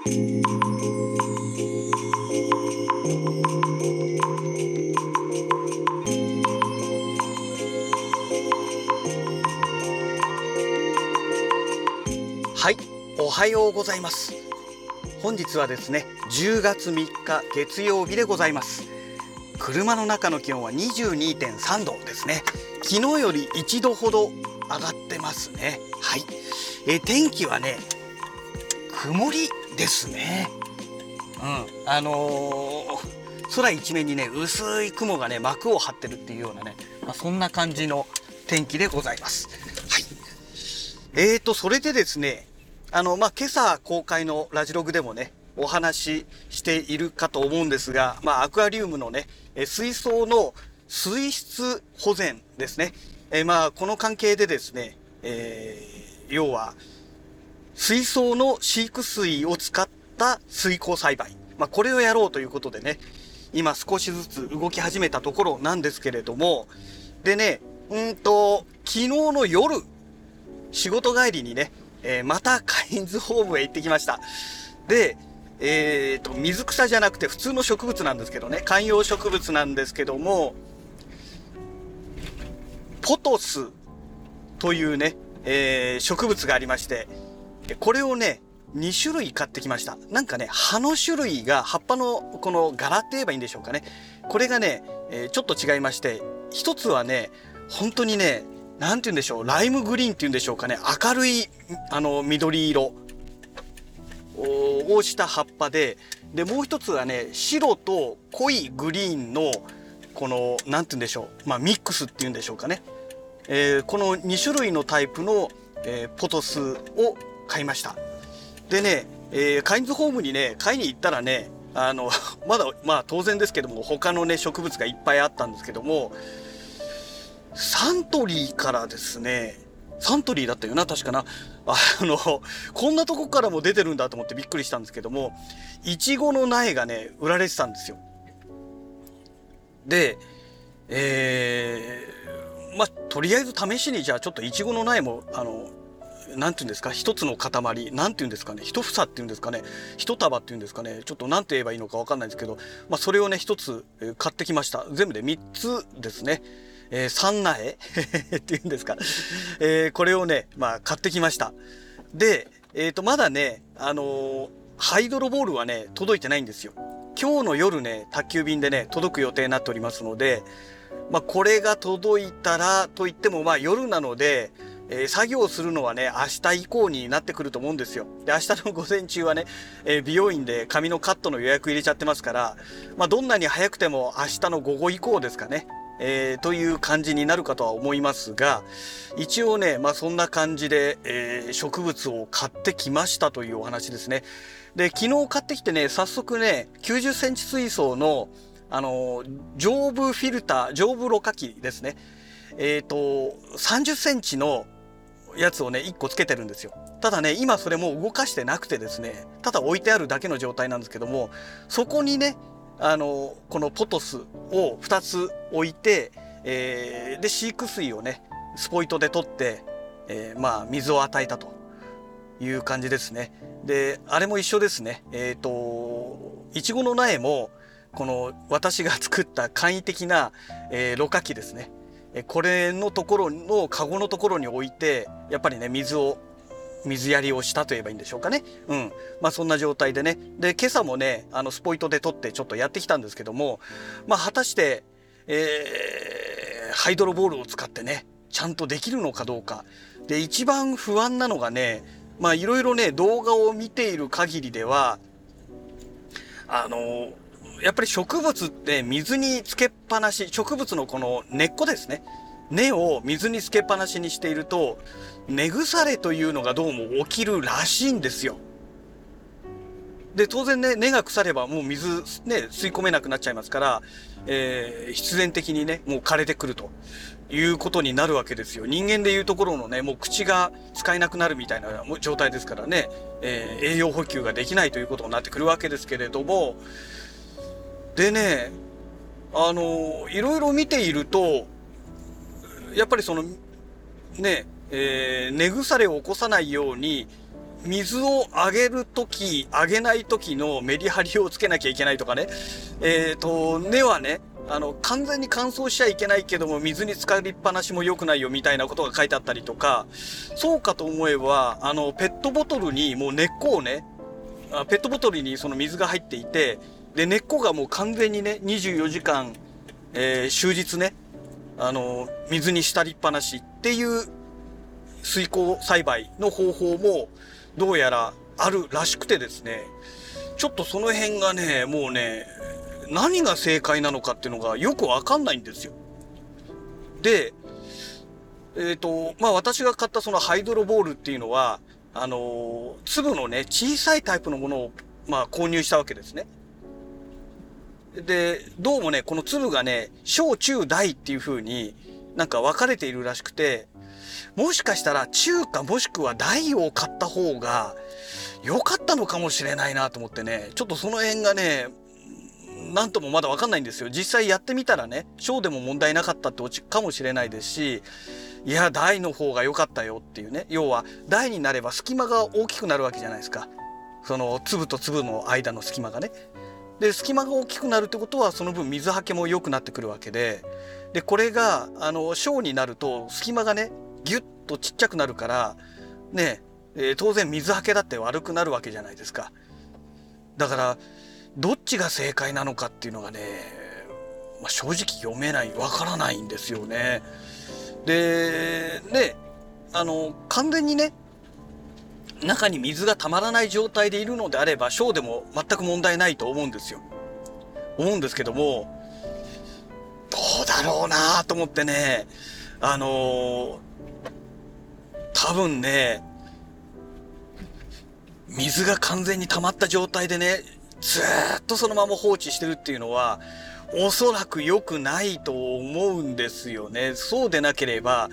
はい、おはようございます。本日はですね、10月3日月曜日でございます。車の中の気温は 22.3 度ですね。昨日より1度ほど上がってますね。はい。天気はね、曇りですね。空一面にね、薄い雲がね、膜を張ってるっていうようなね、そんな感じの天気でございます。はい。それでですね、今朝公開のラジログでもね、お話ししているかと思うんですが、アクアリウムのね、水槽の水質保全ですね。この関係でですね、要は、水槽の飼育水を使った水耕栽培。これをやろうということでね、今少しずつ動き始めたところなんですけれども、でね、昨日の夜、仕事帰りにね、またカインズホームへ行ってきました。で、水草じゃなくて普通の植物なんですけどね、観葉植物なんですけども、ポトスというね、植物がありまして、これをね、2種類買ってきました。なんかね、葉の種類が、葉っぱのこの柄って言えばいいんでしょうかね。これがね、ちょっと違いまして、一つはね、本当にね、なんて言うんでしょう、ライムグリーンっていうんでしょうかね、明るい、緑色をした葉っぱで、もう一つはね、白と濃いグリーンの、この、なんて言うんでしょう、ミックスっていうんでしょうかね。この2種類のタイプの、ポトスを買いました。でね、カインズホームにね、買いに行ったらね、まだ、当然ですけども、他のね、植物がいっぱいあったんですけども、サントリーからですね、サントリーだったよな、確かな。こんなとこからも出てるんだと思ってびっくりしたんですけども、イチゴの苗がね、売られてたんですよ。で、とりあえず試しにじゃあちょっとイチゴの苗も、なんていうんですか、一つの塊、なんていうんですかね、一房っていうんですかね、一束っていうんですかね、ちょっとなんて言えばいいのかわかんないんですけど、それをね、一つ買ってきました。全部で3つですね。三苗っていうんですか。これをね、買ってきました。で、まだね、ハイドロボールはね、届いてないんですよ。今日の夜ね、宅急便でね、届く予定になっておりますので、これが届いたらといっても夜なので、作業するのはね、明日以降になってくると思うんですよ。で、明日の午前中はね、美容院で髪のカットの予約入れちゃってますから、どんなに早くても明日の午後以降ですかね、という感じになるかとは思いますが、一応ね、そんな感じで、植物を買ってきましたというお話ですね。で、昨日買ってきてね、早速ね、90センチ水槽の、上部フィルター、上部ろ過器ですね。30センチのやつをね、1個つけてるんですよ。ただね、今それもう動かしてなくてですね、ただ置いてあるだけの状態なんですけども、そこにね、このポトスを2つ置いて、で、飼育水をね、スポイトで取って、水を与えたという感じですね。で、あれも一緒ですね。イチゴの苗も、この私が作った簡易的な、ろ過器ですね。これのところのカゴのところに置いて、やっぱりね、水やりをしたと言えばいいんでしょうかね。そんな状態でね。で、今朝もね、スポイトで取ってちょっとやってきたんですけども、果たして、ハイドロボールを使ってね、ちゃんとできるのかどうか。で、一番不安なのがね、いろいろね、動画を見ている限りでは、やっぱり植物って水につけっぱなし、植物のこの根っこですね。根を水につけっぱなしにしていると、根腐れというのがどうも起きるらしいんですよ。で、当然ね、根が腐ればもう水ね、吸い込めなくなっちゃいますから、必然的にね、もう枯れてくるということになるわけですよ。人間でいうところのね、もう口が使えなくなるみたいな状態ですからね、栄養補給ができないということになってくるわけですけれども、でね、いろいろ見ていると、やっぱりその、ね、根腐れを起こさないように、 水をあげるとき、あげないときのメリハリをつけなきゃいけないとかね。根はね、完全に乾燥しちゃいけないけども、水に浸かりっぱなしも良くないよみたいなことが書いてあったりとか、そうかと思えば、ペットボトルにもう根っこをね、ペットボトルにその水が入っていて、で、根っこがもう完全にね、24時間、終日ね、水に浸りっぱなしっていう水耕栽培の方法もどうやらあるらしくてですね、ちょっとその辺がね、もうね、何が正解なのかっていうのがよくわかんないんですよ。で、私が買ったそのハイドロボールっていうのは、粒のね、小さいタイプのものを、購入したわけですね。で、どうもね、この粒がね、小中大っていう風になんか分かれているらしくて、もしかしたら中かもしくは大を買った方が良かったのかもしれないなと思ってね、ちょっとその辺がね、なんともまだ分かんないんですよ。実際やってみたらね、小でも問題なかったってオチかもしれないですし、いや、大の方が良かったよっていうね。要は、大になれば隙間が大きくなるわけじゃないですか。その粒と粒の間の隙間がね。で、隙間が大きくなるってことは、その分水はけも良くなってくるわけで、で、これが、小になると、隙間がね、ギュッとちっちゃくなるから、ね、当然水はけだって悪くなるわけじゃないですか。だから、どっちが正解なのかっていうのがね、正直読めない、わからないんですよね。で、ね、完全にね、中に水がたまらない状態でいるのであれば、小でも全く問題ないと思うんですよ。思うんですけども、どうだろうなと思ってね、多分ね、水が完全に溜まった状態でね、ずーっとそのまま放置してるっていうのは、おそらく良くないと思うんですよね。そうでなければ、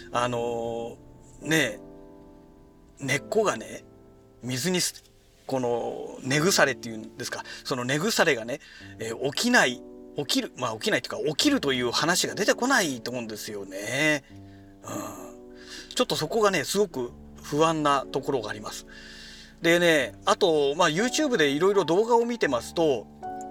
ね、根っこがね、水にこの根腐れっていうんですか、その根腐れがね、起きるっていうか起きるという話が出てこないと思うんですよね。ちょっとそこがね、すごく不安なところがあります。でね、あと、YouTube でいろいろ動画を見てますと、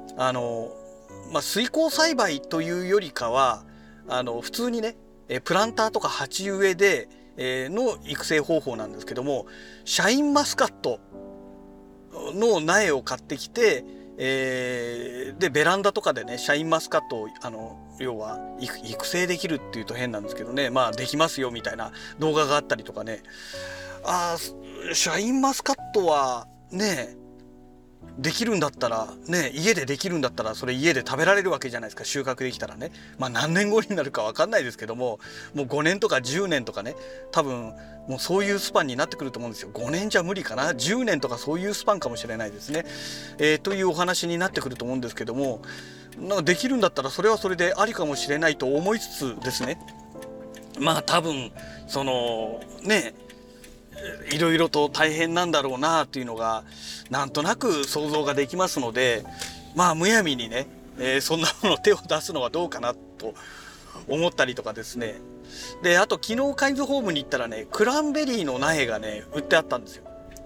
水耕栽培というよりかは、普通にね、プランターとか鉢植えで、の育成方法なんですけども、シャインマスカットの苗を買ってきて、で、ベランダとかでね、シャインマスカットを、要は育成できるっていうと変なんですけどね、できますよみたいな動画があったりとかね、シャインマスカットはね、できるんだったらね、家でできるんだったらそれ家で食べられるわけじゃないですか。収穫できたらね、何年後になるか分かんないですけども、もう5年とか10年とかね、多分もうそういうスパンになってくると思うんですよ。5年じゃ無理かな、10年とかそういうスパンかもしれないですね、というお話になってくると思うんですけども、なんかできるんだったらそれはそれでありかもしれないと思いつつですね、多分そのね、いろいろと大変なんだろうなっていうのがなんとなく想像ができますので、むやみにね、そんなもの手を出すのはどうかなと思ったりとかですね。で、あと昨日カインズホームに行ったらね、クランベリーの苗がね売ってあったんですよ。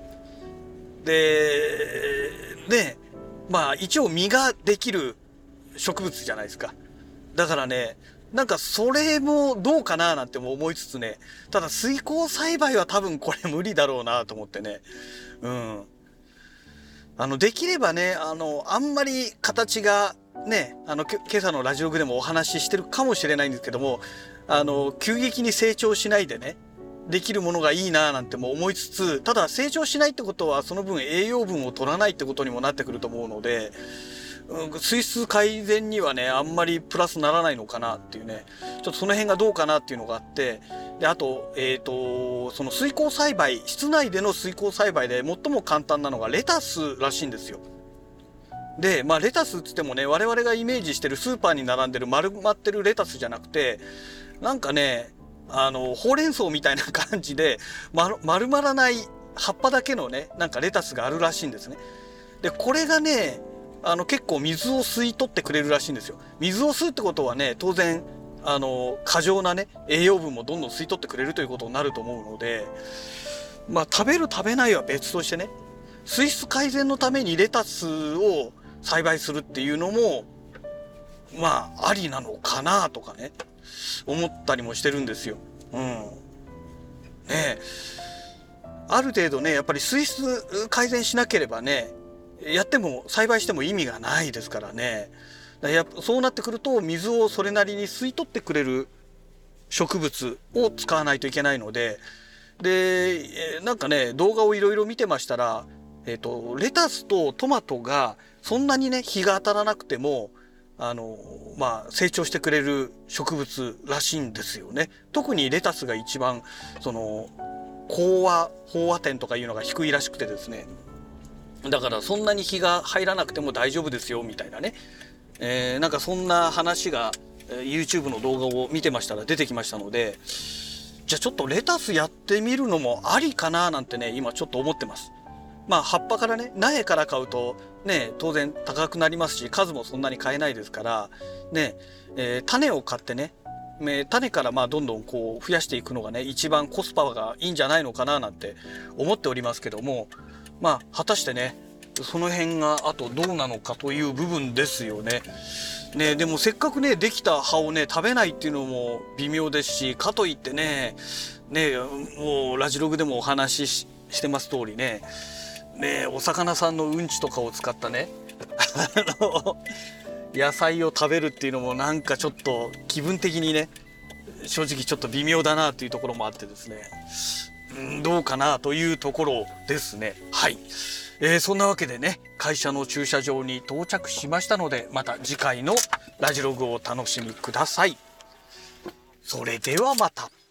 で、一応実ができる植物じゃないですか。だからね、なんかそれもどうかななんても思いつつね、ただ水耕栽培は多分これ無理だろうなと思ってね、できればね、あんまり形がね、今朝のラジオ部でもお話ししてるかもしれないんですけども、急激に成長しないでね、できるものがいいななんても思いつつ、ただ成長しないってことはその分栄養分を取らないってことにもなってくると思うので、水質改善にはね、あんまりプラスならないのかなっていうね、ちょっとその辺がどうかなっていうのがあって、で、あと、その水耕栽培、室内での水耕栽培で最も簡単なのがレタスらしいんですよ。で、レタスっつってもね、我々がイメージしてるスーパーに並んでる丸まってるレタスじゃなくて、なんかね、ほうれん草みたいな感じで、丸まらない葉っぱだけのね、なんかレタスがあるらしいんですね。で、これがね、結構水を吸い取ってくれるらしいんですよ。水を吸うってことはね、当然、過剰なね、栄養分もどんどん吸い取ってくれるということになると思うので、 まあ食べる食べないは別としてね、水質改善のためにレタスを栽培するっていうのもまあありなのかなとかね思ったりもしてるんですよ。うん。ねえ、ある程度ねやっぱり水質改善しなければねやっても栽培しても意味がないですからね。そうなってくると水をそれなりに吸い取ってくれる植物を使わないといけないので、なんかね動画をいろいろ見てましたら、レタスとトマトがそんなにね日が当たらなくてもまあ成長してくれる植物らしいんですよね。特にレタスが一番その飽和点とかいうのが低いらしくてですね、だからそんなに日が入らなくても大丈夫ですよみたいなね、なんかそんな話が YouTube の動画を見てましたら出てきましたので、じゃあちょっとレタスやってみるのもありかななんてね今ちょっと思ってます。まあ葉っぱからね苗から買うとね当然高くなりますし数もそんなに買えないですからね、種を買ってね種からまあどんどんこう増やしていくのがね一番コスパがいいんじゃないのかななんて思っておりますけども、まあ果たしてねその辺があとどうなのかという部分ですよね。でもせっかくねできた葉をね食べないっていうのも微妙ですし、かといってねもうラジログでもお話ししてます通りねお魚さんのうんちとかを使ったね野菜を食べるっていうのもなんかちょっと気分的にね正直ちょっと微妙だなっていうところもあってですね、どうかなというところですね。はい、そんなわけでね会社の駐車場に到着しましたので、また次回のラジログをお楽しみください。それではまた。